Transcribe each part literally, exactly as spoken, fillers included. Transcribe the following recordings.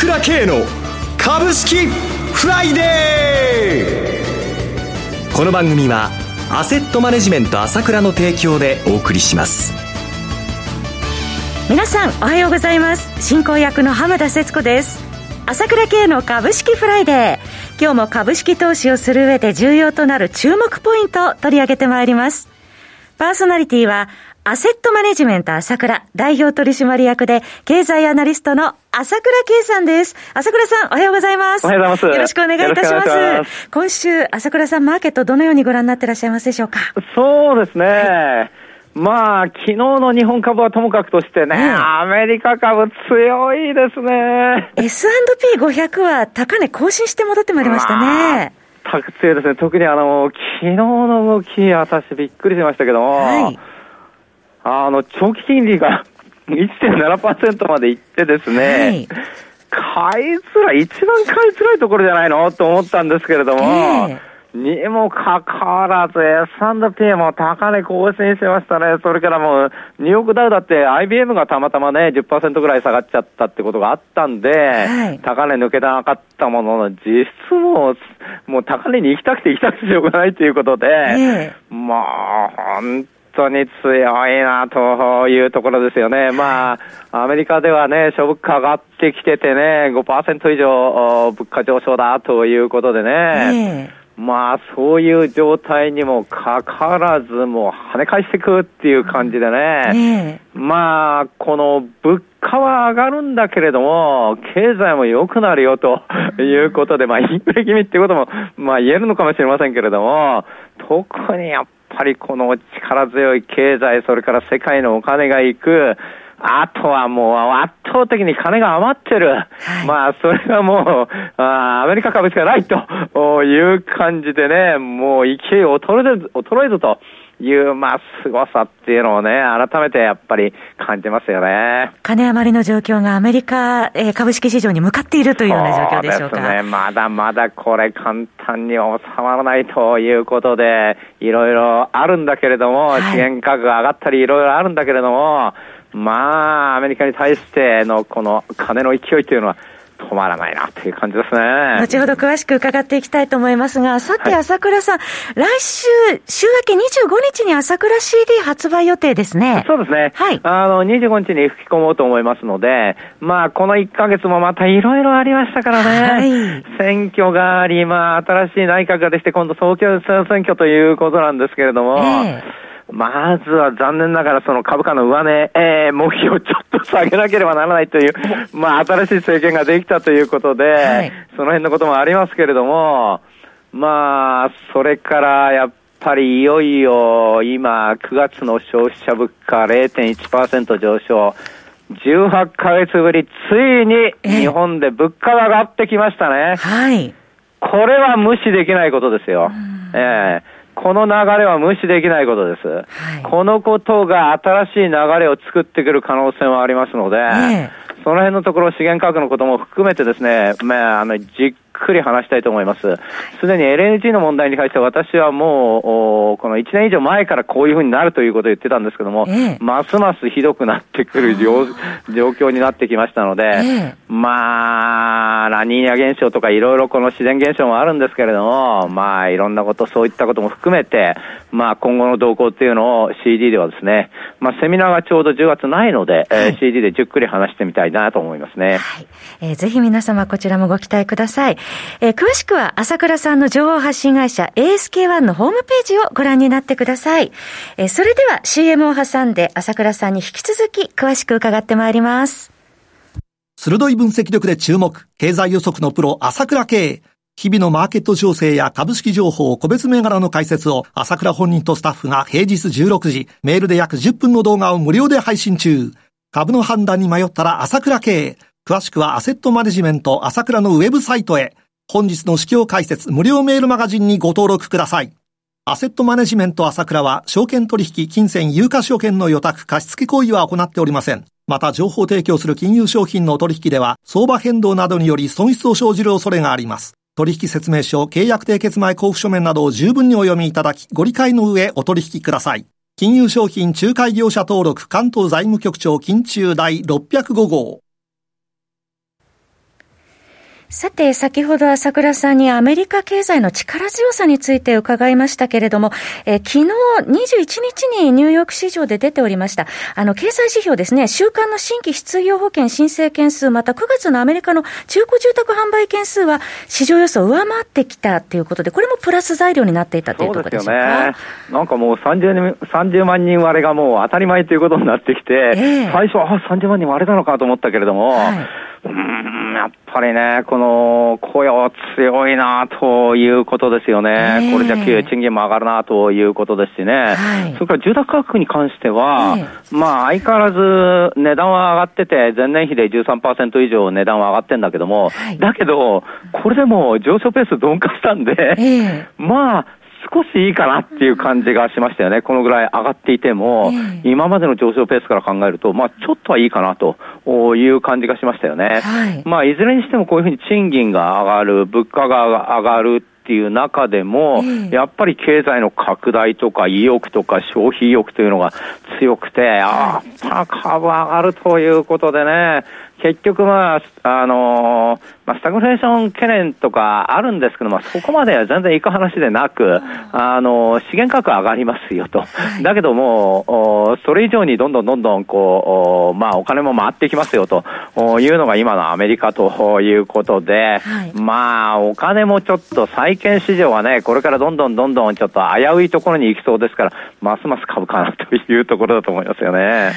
倉慶の株式フライデー。この番組はアセットマネジメント朝倉の提供でお送りします。 皆さんおはようございます。進行役の浜田節子です。朝倉慶の株式フライデー、今日も株式投資をする上で重要となる注目ポイントを取り上げてまいります。パーソナリティはアセットマネジメント朝倉代表取締役で経済アナリストの朝倉慶さんです。朝倉さんおはようございます。 おはようございます。 よろしくお願いいたします。今週朝倉さん、マーケットどのようにご覧になっていらっしゃいますでしょうか。 そうですね、はい、まあ昨日の日本株はともかくとしてね、うん、アメリカ株強いですね。 エスアンドピーごひゃく は高値更新して戻ってまいりましたね。 強いですね。特にあの昨日の動き、私びっくりしましたけども、はい、あの長期金利が いってんななパーセント までいってですね、はい、買いづらい、一番買いづらいところじゃないのと思ったんですけれども、えー、にもかかわらず エスアンドピー も高値更新しましたね。それからもうニューヨークダウだって アイビーエム がたまたまね じゅっパーセント ぐらい下がっちゃったってことがあったんで、はい、高値抜けなかったものの、実質もうもう高値に行きたくて行きたくてしょうがないということで、えー、まあ本当に強いなというところですよね。まあアメリカではね、諸物価上がってきててね ごパーセント 以上物価上昇だということでね、えー、まあそういう状態にもかかわらずもう跳ね返していくっていう感じでね、えー、まあこの物価は上がるんだけれども経済も良くなるよということで、まあインフレ気味っていうこともまあ言えるのかもしれませんけれども、特にやっぱりこの力強い経済、それから世界のお金が行く、あとはもう圧倒的に金が余ってる、はい、まあそれがもうあアメリカ株しかないという感じでね、もう勢い衰えず衰えずというまあ凄さっていうのをね、改めてやっぱり感じますよね。 金余りの状況がアメリカ、えー、株式市場に向かっているというような状況でしょうか。 そうですね、まだまだこれ簡単に収まらないということで、いろいろあるんだけれども、はい、資源価格が上がったりいろいろあるんだけれども、まあアメリカに対してのこの金の勢いというのは止まらないなという感じですね。 後ほど詳しく伺っていきたいと思いますが、さて朝倉さん、はい、来週週明けにじゅうごにちに朝倉 シーディー 発売予定ですね。 そうですね、はい、あのにじゅうごにちに吹き込もうと思いますので、まあこのいっかげつもまたいろいろありましたからね、はい、選挙があり、まあ新しい内閣ができて今度総裁選挙ということなんですけれども、えーまずは残念ながらその株価の上値、えー、目標をちょっと下げなければならないという、まあ新しい政権ができたということで、はい、その辺のこともありますけれども、まあそれからやっぱりいよいよ今くがつの消費者物価 れいてんいちパーセント 上昇、じゅうはちかげつぶり、ついに日本で物価が上がってきましたね。はい。これは無視できないことですよ。えーこの流れは無視できないことです、はい、このことが新しい流れを作ってくる可能性もありますので、えー、その辺のところ資源価格のことも含めてですね、まあ、あのじっくり話したいと思います。すでに エルエヌジー の問題に関しては私はもうこのいちねん以上前からこういうふうになるということを言ってたんですけども、えー、ますますひどくなってくる状況になってきましたので、えー、まあラニーニャ現象とかいろいろこの自然現象もあるんですけれども、まあいろんなことそういったことも含めて、まあ今後の動向っていうのを シーディー ではですね、まあセミナーがちょうどじゅうがつないので、はい、えー、シーディー でじっくり話してみたいなと思いますね。 はい、えー、ぜひ皆様こちらもご期待ください。えー、詳しくは朝倉さんの情報発信会社 エーエスケーワン のホームページをご覧になってください。えー、それでは シーエム を挟んで朝倉さんに引き続き詳しく伺ってまいります。 鋭い分析力で注目、経済予測のプロ朝倉慶。日々のマーケット情勢や株式情報、個別銘柄の解説を朝倉本人とスタッフが平日じゅうろくじ、メールで約じゅっぷんの動画を無料で配信中。株の判断に迷ったら朝倉慶。詳しくはアセットマネジメント朝倉のウェブサイトへ。本日の指標解説無料メールマガジンにご登録ください。アセットマネジメント朝倉は証券取引、金銭、有価証券の予託、貸付行為は行っておりません。また情報提供する金融商品の取引では相場変動などにより損失を生じる恐れがあります。取引説明書、契約締結前交付書面などを十分にお読みいただき、ご理解の上お取引ください。金融商品仲介業者登録関東財務局長金中第ろっぴゃくご号。 さて、先ほど朝倉さんにアメリカ経済の力強さについて伺いましたけれども、えー、昨日にじゅういちにちにニューヨーク市場で出ておりました、あの、経済指標ですね、週間の新規失業保険申請件数、またくがつのアメリカの中古住宅販売件数は市場予想を上回ってきたということで、これもプラス材料になっていたというところでしょうか。そうですよね。 なんかもうさんじゅうまんにん割れがもう当たり前ということになってきて、えー、最初はあさんじゅうまんにん割れたのかと思ったけれども、はい、うーんやっぱりね、この雇用強いなということですよね。えー、これじゃ給与賃金も上がるなということですしね。はい、それから住宅価格に関しては、えー、まあ相変わらず値段は上がってて、前年比で じゅうさんパーセント 以上値段は上がってんだけども、はい、だけど、これでも上昇ペース鈍化したんで、えー、まあ、少しいいかなっていう感じがしましたよね。このぐらい上がっていても、えー、今までの上昇ペースから考えると、まあちょっとはいいかなという感じがしましたよね。はい、まあいずれにしてもこういうふうに賃金が上がる、物価が上がるっていう中でも、えー、やっぱり経済の拡大とか意欲とか消費意欲というのが強くて、ああ、株上がるということでね、結局まあ、あのー、まあ、スタグフレーション懸念とかあるんですけども、そこまでは全然いく話でなく、あのー、資源価格上がりますよと。だけども、それ以上にどんどんどんどんこう、まあ、お金も回ってきますよというのが今のアメリカということで、はい、まあ、お金もちょっと債券市場はね、これからどんどんどんどんちょっと危ういところに行きそうですから、ますます株かなというところだと思いますよね。はい。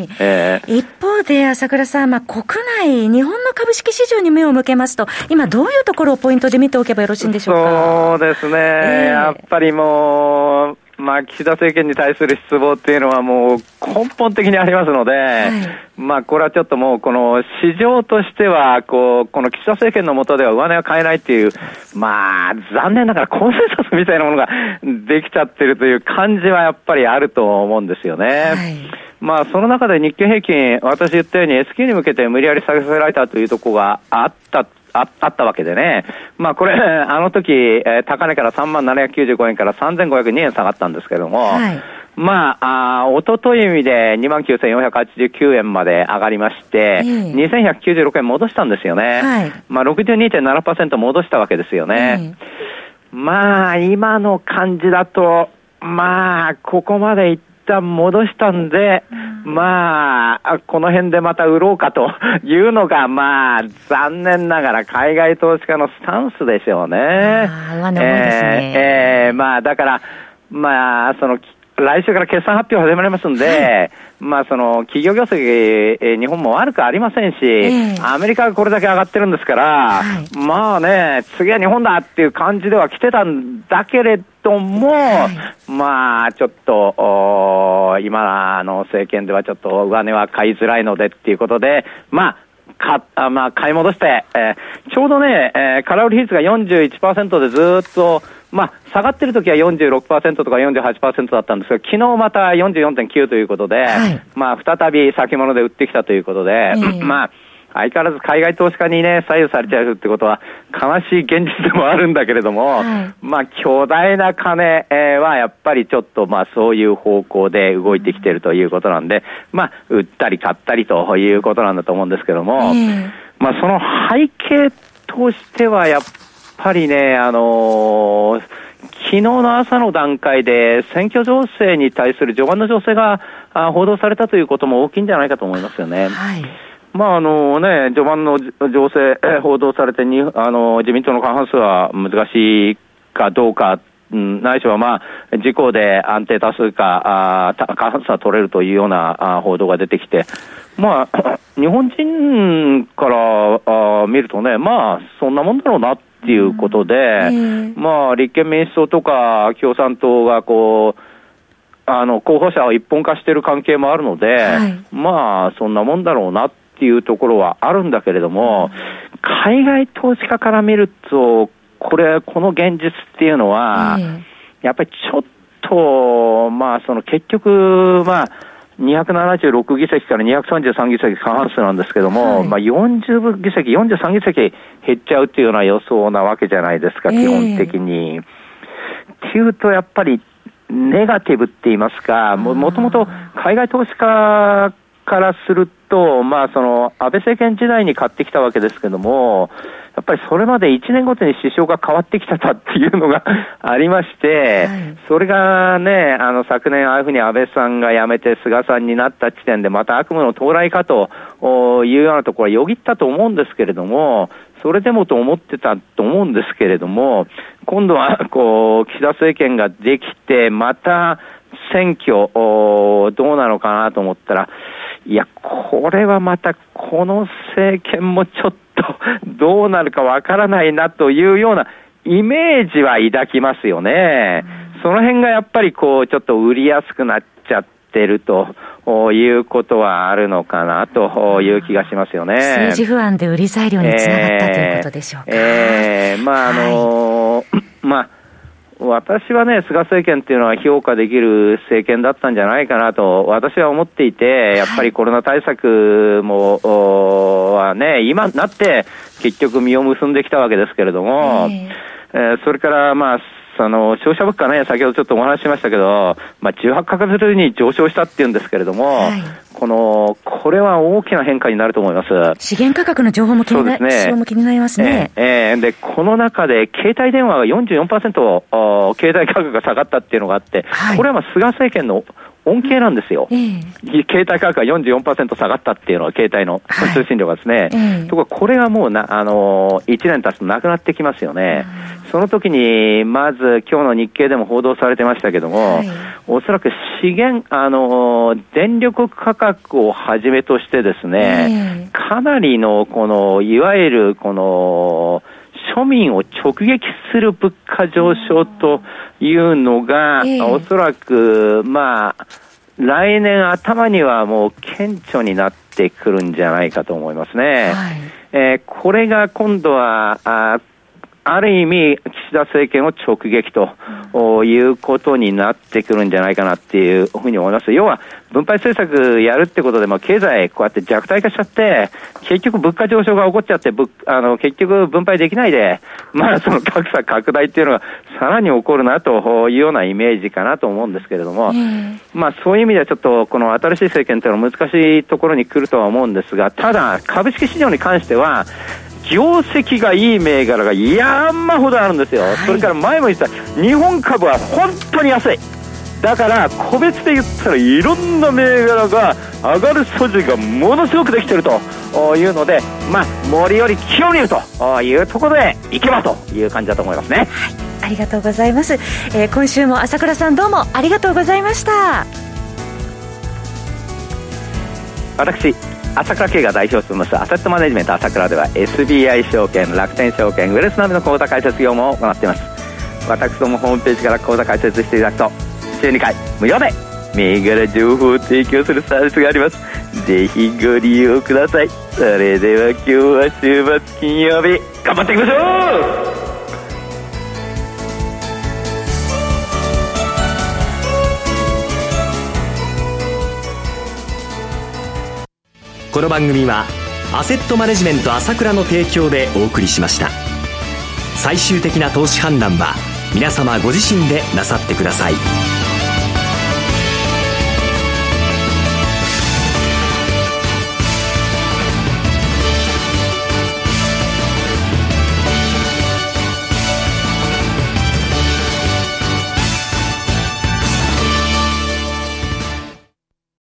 えー、一方で、朝倉さん、まあ、国内、日本の株式市場に目を向けますと、今どういうところをポイントで見ておけばよろしいんでしょうか。 そうですね、えー、やっぱりもう、まあ、岸田政権に対する失望っていうのはもう根本的にありますので、はい、まあ、これはちょっともうこの市場としてはこうこの岸田政権の下では上値は買えないっていう、まあ残念ながらコンセンサスみたいなものができちゃってるという感じはやっぱりあると思うんですよね。はい、まあ、その中で日経平均、私言ったように S q に向けて無理やり下げさせられたというところがあったあ, あったわけでね。まあこれ、あの時、えー、高値からさんまんななひゃくきゅうじゅうごえんからさんぜんごひゃくにえん下がったんですけども、はい、まあ、あおとといで にまんきゅうせんよんひゃくはちじゅうきゅうえんまで上がりまして、えー、にせんひゃくきゅうじゅうろくえん戻したんですよね。はい、まあ ろくじゅうにてんななパーセント 戻したわけですよね。えー、まあ今の感じだと、まあここまでいって一旦戻したんで、まあ、この辺でまた売ろうかというのが、まあ、残念ながら海外投資家のスタンスでしょうね。 ああ、上値重いですね。 えー、えー、まあ、だから、まあ、その、来週から決算発表始まりますんで、はい、まあその企業業績、えー、日本も悪くありませんし、えー、アメリカがこれだけ上がってるんですから、はい、まあね、次は日本だっていう感じでは来てたんだけれども、はい、まあちょっと今の政権ではちょっと上値は買いづらいのでっていうことで、まあかあまあ買い戻して、えー、ちょうどね、えー、空売り比率が よんじゅういちパーセント でずっとまあ、下がってる時は よんじゅうろくパーセント とか よんじゅうはちパーセント だったんですが、昨日また よんじゅうよんてんきゅう ということで、はい、まあ、再び先物で売ってきたということで、えー、まあ、相変わらず海外投資家にね、左右されちゃうってことは悲しい現実でもあるんだけれども、はい、まあ、巨大な金はやっぱりちょっとまあ、そういう方向で動いてきているということなんで、まあ、売ったり買ったりということなんだと思うんですけども、えー、まあ、その背景としてはやっぱりやっぱりね、あのー、昨日の朝の段階で選挙情勢に対する序盤の情勢が報道されたということも大きいんじゃないかと思いますよね。はい、まああのね、序盤の情勢報道されてに、あの自民党の過半数は難しいかどうか、ないしはまあ自公で安定多数かあ過半数は取れるというような報道が出てきて、まあ日本人からあ見るとね、まあそんなもんだろうなっていうことで、うん、まあ立憲民主党とか共産党がこうあの候補者を一本化している関係もあるので、はい、まあそんなもんだろうなっていうところはあるんだけれども、海外投資家から見るとこれこの現実っていうのは、うん、やっぱりちょっとまあその結局まあにひゃくななじゅうろくぎせきからにひゃくさんじゅうさんぎせき過半数なんですけども、はい、まあよんじゅうぎせき、よんじゅうさんぎせき減っちゃうっていうような予想なわけじゃないですか、基本的に。えー、っていうとやっぱりネガティブって言いますか、もともと海外投資家からすると、まあ、その安倍政権時代に買ってきたわけですけども、やっぱりそれまでいちねんごとに指標が変わってきてたっていうのがありまして、はい、それがね、あの昨年ああいうふうに安倍さんが辞めて菅さんになった時点でまた悪夢の到来かというようなところはよぎったと思うんですけれども、それでもと思ってたと思うんですけれども、今度はこう岸田政権ができてまた選挙どうなのかなと思ったら、いやこれはまたこの政権もちょっとどうなるかわからないなというようなイメージは抱きますよね。その辺がやっぱりこうちょっと売りやすくなっちゃってるということはあるのかなという気がしますよね。 政治不安で売り材料につながったということでしょうか。 えー、えー、まああのーはい、まあ私はね、菅政権っていうのは評価できる政権だったんじゃないかなと私は思っていて、やっぱりコロナ対策もはね、今になって結局実を結んできたわけですけれども、えーえー、それからまあその消費者物価ね、先ほどちょっとお話ししましたけど、まあ、じゅうはちかげつに上昇したっていうんですけれども、はい、このこれは大きな変化になると思います。 資源価格の情報も気にな、ね、情報も気になりますね。 えーえー、でこの中で携帯電話が よんじゅうよんパーセント 携帯価格が下がったっていうのがあって、はい、これはまあ菅政権の恩恵なんですよ、えー、携帯価格が よんじゅうよんパーセント 下がったっていうのは携帯の通信量がですね、はいえー、ところがこれがもうな、あのー、いちねん経つとなくなってきますよね。その時にまず今日の日経でも報道されてましたけども、はい、おそらく資源、あのー、電力価格をはじめとしてですね、えー、かなりのこのいわゆるこの庶民を直撃する物価上昇というのが、えー、おそらくまあ来年頭にはもう顕著になってくるんじゃないかと思いますね。はいえー、これが今度はあある意味岸田政権を直撃ということになってくるんじゃないかなっていうふうに思います。要は分配政策やるってことでも経済こうやって弱体化しちゃって結局物価上昇が起こっちゃってぶあの結局分配できないでまあその格差拡大っていうのがさらに起こるなというようなイメージかなと思うんですけれども、まあそういう意味ではちょっとこの新しい政権っていうのは難しいところに来るとは思うんですが、ただ株式市場に関しては業績がいい銘柄が山ほどあるんですよ、はい、それから前も言った日本株は本当に安い。だから個別で言ったらいろんな銘柄が上がる素地がものすごくできているというので、まあ森より木を見るというところでいけばという感じだと思いますね。はい、 ありがとうございます。えー、今週も朝倉さんどうもありがとうございました。 私朝倉慶が代表を務めますアセットマネジメント朝倉では エスビーアイ 証券、楽天証券、ウェルスナビの口座開設業務を行っています。私どもホームページから口座開設していただくと週にかい無料で銘柄情報を提供するサービスがあります。ぜひご利用ください。それでは今日は週末金曜日頑張っていきましょう。 この番組はアセットマネジメント朝倉の提供でお送りしました。最終的な投資判断は皆様ご自身でなさってください。